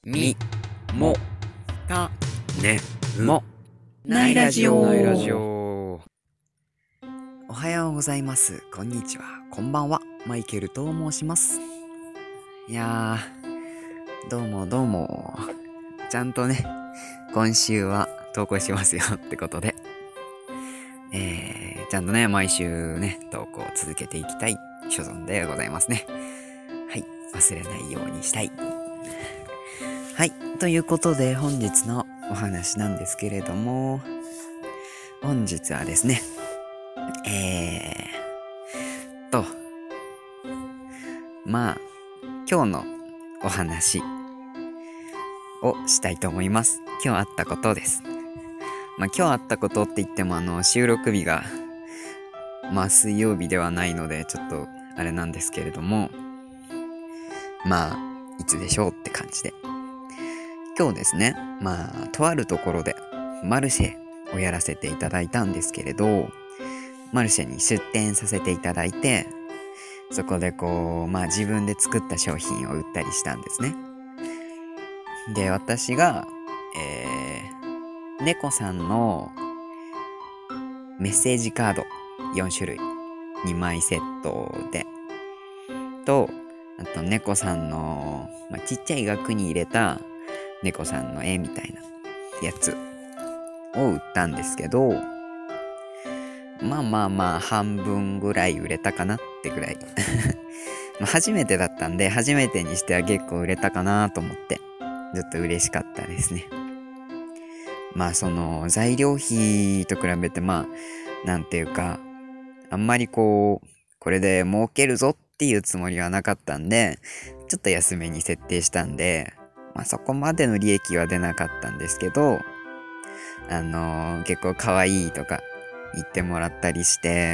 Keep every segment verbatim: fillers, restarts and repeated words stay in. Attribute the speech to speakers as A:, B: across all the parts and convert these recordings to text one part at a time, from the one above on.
A: み、も、た、
B: ね、
A: も、ないラジオ。
B: ないラジオ。
A: おはようございます。こんにちは。こんばんは。マイケルと申します。いやー、どうもどうも。ちゃんとね、今週は投稿しますよってことで、えー、ちゃんとね、毎週ね、投稿を続けていきたい所存でございますね。はい、忘れないようにしたい。はい、ということで本日のお話なんですけれども、本日はですね、えーと、まあ、今日のお話をしたいと思います。今日あったことです。まあ今日あったことって言ってもあの収録日がまあ水曜日ではないのでちょっとあれなんですけれども、まあいつでしょうって感じで。今日ですね、まあとあるところでマルシェをやらせていただいたんですけれど、マルシェに出店させていただいて、そこでこう、まあ自分で作った商品を売ったりしたんですね。で、私が、えー、猫さんのメッセージカードよん種類、にまいセットで、と、あと猫さんの、まあ、ちっちゃい額に入れた猫さんの絵みたいなやつを売ったんですけど、まあまあまあ半分ぐらい売れたかなってぐらい初めてだったんで、初めてにしては結構売れたかなと思って、ちょっと嬉しかったですね。まあその材料費と比べてまあ、なんていうか、あんまりこう、これで儲けるぞっていうつもりはなかったんで、ちょっと安めに設定したんで、まあそこまでの利益は出なかったんですけど、あのー、結構可愛いとか言ってもらったりして、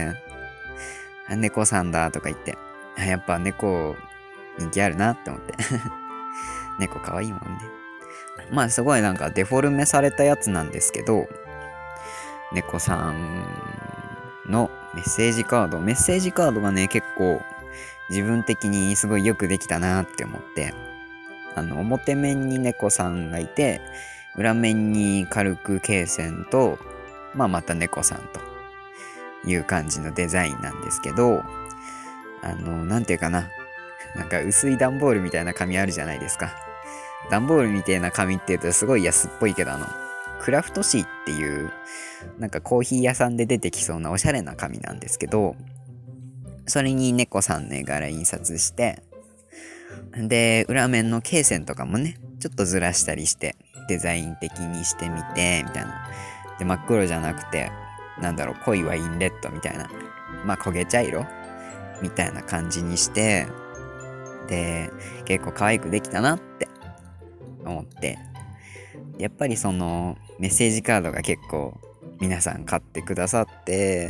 A: あ、猫さんだとか言って、あ、やっぱ猫人気あるなって思って。猫可愛いもんね。まあすごいなんかデフォルメされたやつなんですけど、猫さんのメッセージカード、メッセージカードがね、結構自分的にすごいよくできたなって思って、あの、表面に猫さんがいて、裏面に軽く罫線と、まあまた猫さんという感じのデザインなんですけど、あの、なんていうかな。なんか薄い段ボールみたいな紙あるじゃないですか。段ボールみたいな紙って言うとすごい安っぽいけど、あの、クラフト紙っていう、なんかコーヒー屋さんで出てきそうなおしゃれな紙なんですけど、それに猫さんの絵柄印刷して、で、裏面の罫線とかもね、ちょっとずらしたりして、デザイン的にしてみて、みたいな。で、真っ黒じゃなくて、なんだろう、濃いワインレッドみたいな。まあ、焦げ茶色みたいな感じにして、で、結構可愛くできたなって思って、やっぱりそのメッセージカードが結構皆さん買ってくださって、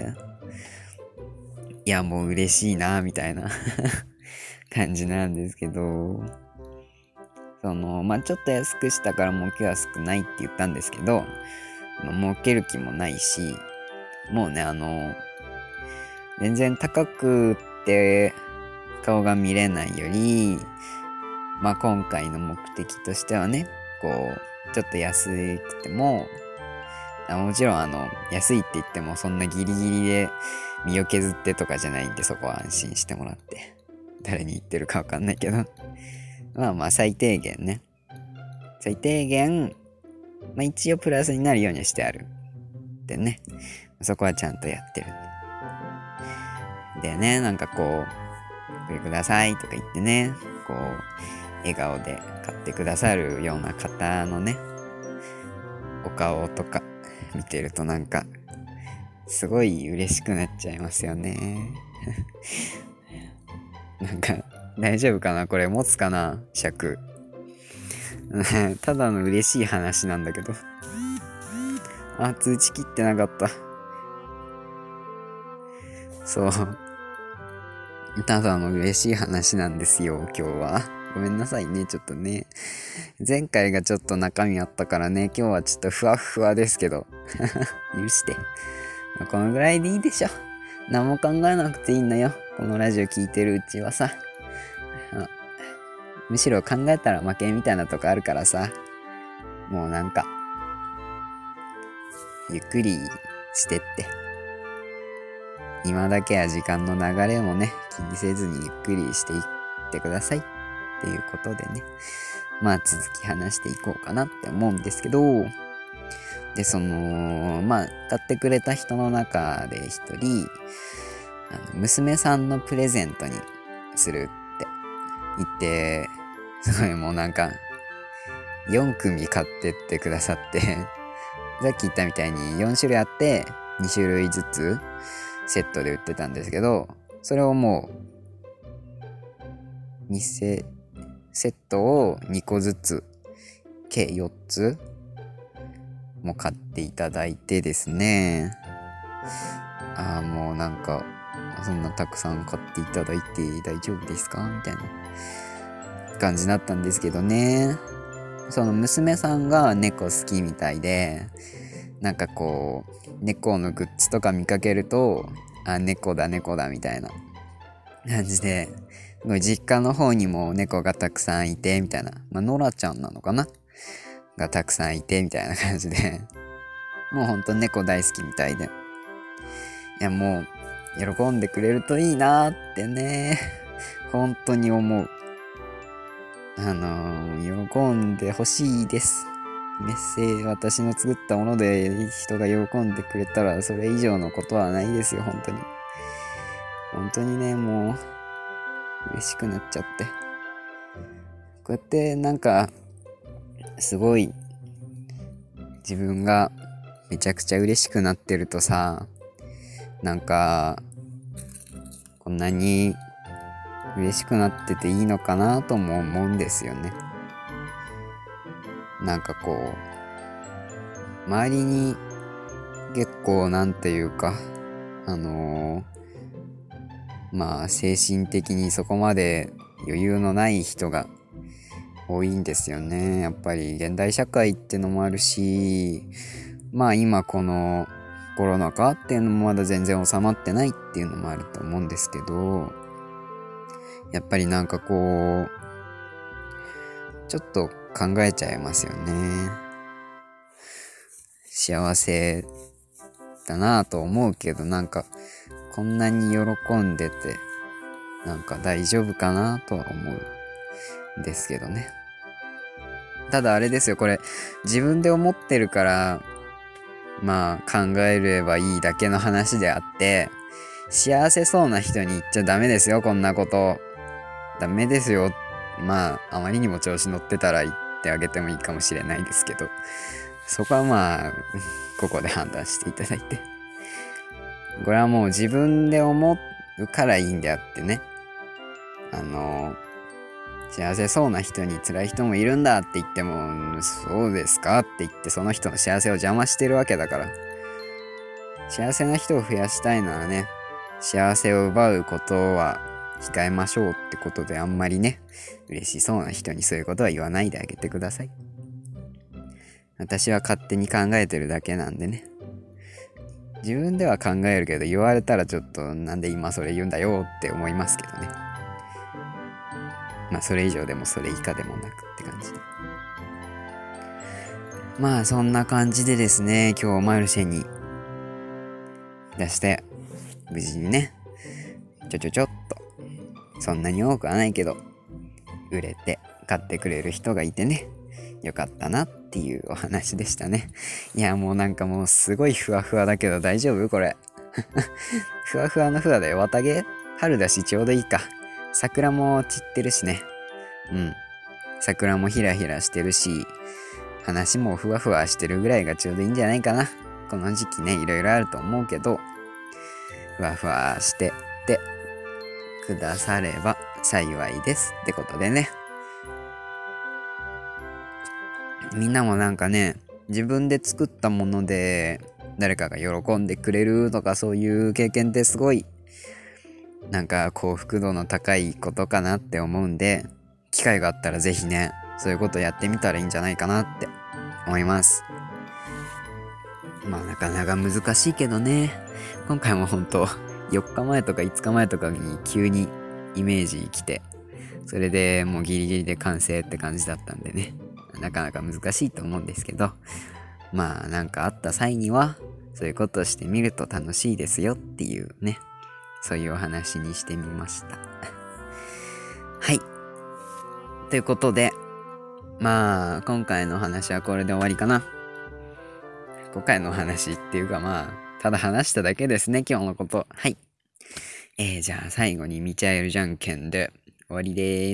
A: いやもう嬉しいなみたいな感じなんですけど、そのまあちょっと安くしたから儲けは少ないって言ったんですけど、まあ、儲ける気もないし、もうねあの全然高くって顔が見れないより、まあ今回の目的としてはね、こうちょっと安くても、あもちろんあの安いって言ってもそんなギリギリで身を削ってとかじゃないんで、そこは安心してもらって、誰に言ってるかわかんないけどまあまあ最低限ね、最低限まあ一応プラスになるようにしてあるでね、そこはちゃんとやってるんででね、なんかこうこれくださいとか言ってね、こう笑顔で買ってくださるような方のね、お顔とか見てるとなんかすごい嬉しくなっちゃいますよねなんか大丈夫かな、これ持つかな尺ただの嬉しい話なんだけど、あ、通知切ってなかった。そうただの嬉しい話なんですよ今日は。ごめんなさいね、ちょっとね、前回がちょっと中身あったからね、今日はちょっとふわふわですけど許して、このぐらいでいいでしょ。何も考えなくていいんだよ、このラジオ聞いてるうちはさ。 むしろ考えたら負けみたいなとこあるからさ、もうなんかゆっくりしてって、今だけは時間の流れもね気にせずにゆっくりしていってくださいっていうことでね、まあ続き話していこうかなって思うんですけど、でそのまあ買ってくれた人の中で一人、あの娘さんのプレゼントにするって言って、すごいもうなんかよん組買ってってくださってさっき言ったみたいによん種類あってに種類ずつセットで売ってたんですけど、それをもうにセセットをにこずつ計よっつも買っていただいてですね、ああもうなんかそんなたくさん買っていただいて大丈夫ですかみたいな感じだったんですけどね。その娘さんが猫好きみたいで、なんかこう猫のグッズとか見かけると、あ猫だ猫だみたいな感じで、すごい実家の方にも猫がたくさんいてみたいな、まあノラちゃんなのかながたくさんいてみたいな感じで、もうほんと猫大好きみたいで、いやもう喜んでくれるといいなーってね本当に思う。あのー、喜んでほしいです。メッセージ、私の作ったもので人が喜んでくれたらそれ以上のことはないですよ。本当に本当にね、もう嬉しくなっちゃって、こうやってなんかすごい自分がめちゃくちゃ嬉しくなってるとさ、なんかこんなに嬉しくなってていいのかなとも思うんですよね。なんかこう周りに結構なんていうか、あのー、まあ精神的にそこまで余裕のない人が多いんですよね。やっぱり現代社会ってのもあるし、まあ今このコロナ禍っていうのもまだ全然収まってないっていうのもあると思うんですけど、やっぱりなんかこうちょっと考えちゃいますよね。幸せだなぁと思うけど、なんかこんなに喜んでてなんか大丈夫かなとは思うんですけどね。ただあれですよ、これ自分で思ってるからまあ考えればいいだけの話であって、幸せそうな人に言っちゃダメですよ、こんなこと。ダメですよ。まああまりにも調子乗ってたら言ってあげてもいいかもしれないですけど、そこはまあここで判断していただいて、これはもう自分で思うからいいんであってね、あの幸せそうな人に辛い人もいるんだって言っても、そうですかって言ってその人の幸せを邪魔してるわけだから、幸せな人を増やしたいならね、幸せを奪うことは控えましょうってことで、あんまりね嬉しそうな人にそういうことは言わないであげてください。私は勝手に考えてるだけなんでね。自分では考えるけど言われたらちょっとなんで今それ言うんだよって思いますけどね。まあそれ以上でもそれ以下でもなくって感じで、まあそんな感じでですね、今日マルシェに出して無事にねちょちょちょっと、そんなに多くはないけど売れて買ってくれる人がいてね、よかったなっていうお話でしたね。いやもうなんかもうすごいふわふわだけど大丈夫これふわふわのふわだよ。綿毛春だしちょうどいいか。桜も散ってるしね。うん、桜もひらひらしてるし、話もふわふわしてるぐらいがちょうどいいんじゃないかな。この時期ねいろいろあると思うけど、ふわふわしてってくだされば幸いですってことでね。みんなもなんかね、自分で作ったもので誰かが喜んでくれるとか、そういう経験ってすごいなんか幸福度の高いことかなって思うんで、機会があったらぜひねそういうことやってみたらいいんじゃないかなって思います。まあなかなか難しいけどね、今回もほんとよっかまえとかいつかまえとかに急にイメージ来てそれでもうギリギリで完成って感じだったんでね、なかなか難しいと思うんですけど、まあなんかあった際にはそういうことをしてみると楽しいですよっていうね、そういうお話にしてみました。はい。ということで、まあ今回の話はこれで終わりかな。今回の話っていうかまあただ話しただけですね、今日のこと。はい。えー、じゃあ最後にミチャエルじゃんけんで終わりです。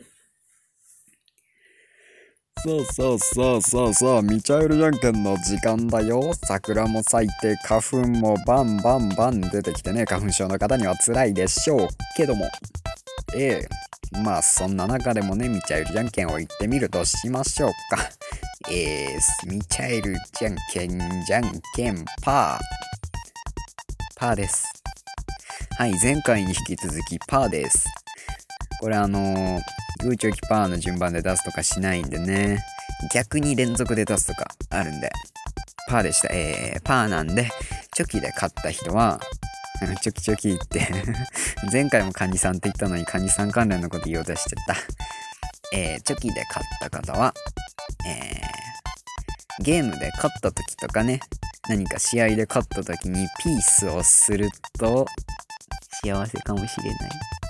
B: そうそうそうそうそう、ミチャエルじゃんけんの時間だよ。桜も咲いて花粉もバンバンバン出てきてね、花粉症の方には辛いでしょうけども、ええまあそんな中でもね、ミチャエルじゃんけんを言ってみるとしましょうか。えー、ミチャエルじゃんけんじゃんけんパーパーです。はい、前回に引き続きパーです。これあのー、グーチョキパーの順番で出すとかしないんでね、逆に連続で出すとかあるんで、パーでした。えー、パーなんで、チョキで勝った人は、チョキチョキって前回もカニさんって言ったのにカニさん関連のこと言おうとしちゃった。えー、チョキで勝った方は、えー、ゲームで勝った時とかね、何か試合で勝った時にピースをすると幸せかもしれない。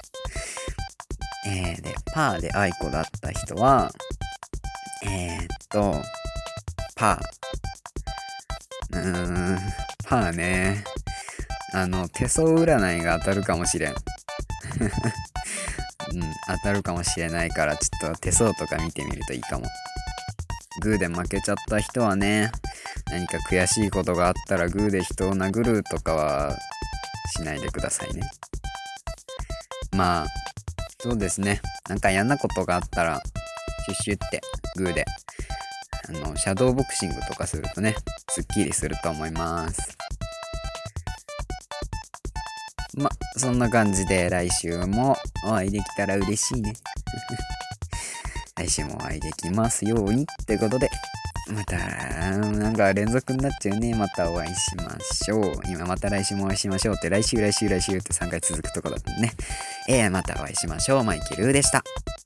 B: えー、で、パーでアイコだった人は、えー、っと、パー。うーん、パーね。あの、手相占いが当たるかもしれん。うん、当たるかもしれないから、ちょっと手相とか見てみるといいかも。グーで負けちゃった人はね、何か悔しいことがあったらグーで人を殴るとかはしないでくださいね。まあ、そうですね。なんか嫌なことがあったら、シュッシュってグーで、あの、シャドーボクシングとかするとね、すっきりすると思います。ま、そんな感じで来週もお会いできたら嬉しいね。来週もお会いできますようにってことで、また、なんか連続になっちゃうね。またお会いしましょう。今また来週もお会いしましょうって、来週来週来週ってさんかい続くとこだったんでね。えー、またお会いしましょう。マイケルでした。